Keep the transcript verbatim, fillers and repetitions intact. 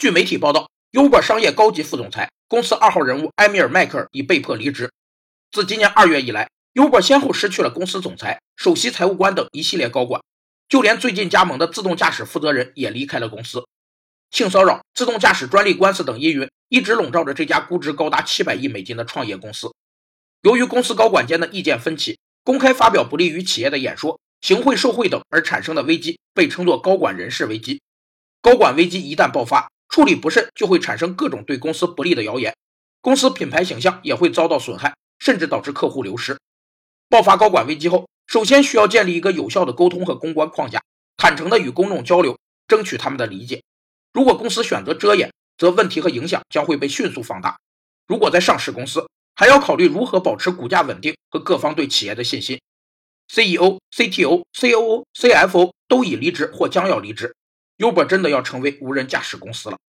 据媒体报道 ，Uber 商业高级副总裁、公司二号人物埃米尔·迈克尔已被迫离职。自今年二月以来 ，Uber 先后失去了公司总裁、首席财务官等一系列高管，就连最近加盟的自动驾驶负责人也离开了公司。性骚扰、自动驾驶专利官司等阴云一直笼罩着这家估值高达七百亿美金的创业公司。由于公司高管间的意见分歧，公开发表不利于企业的演说、行贿受贿等而产生的危机被称作高管人事危机。高管危机一旦爆发，处理不慎就会产生各种对公司不利的谣言，公司品牌形象也会遭到损害，甚至导致客户流失。爆发高管危机后，首先需要建立一个有效的沟通和公关框架，坦诚地与公众交流，争取他们的理解。如果公司选择遮掩，则问题和影响将会被迅速放大。如果在上市公司，还要考虑如何保持股价稳定和各方对企业的信心。C E O、C T O、C O O、C F O 都已离职或将要离职，Uber 真的要成为无人驾驶公司了。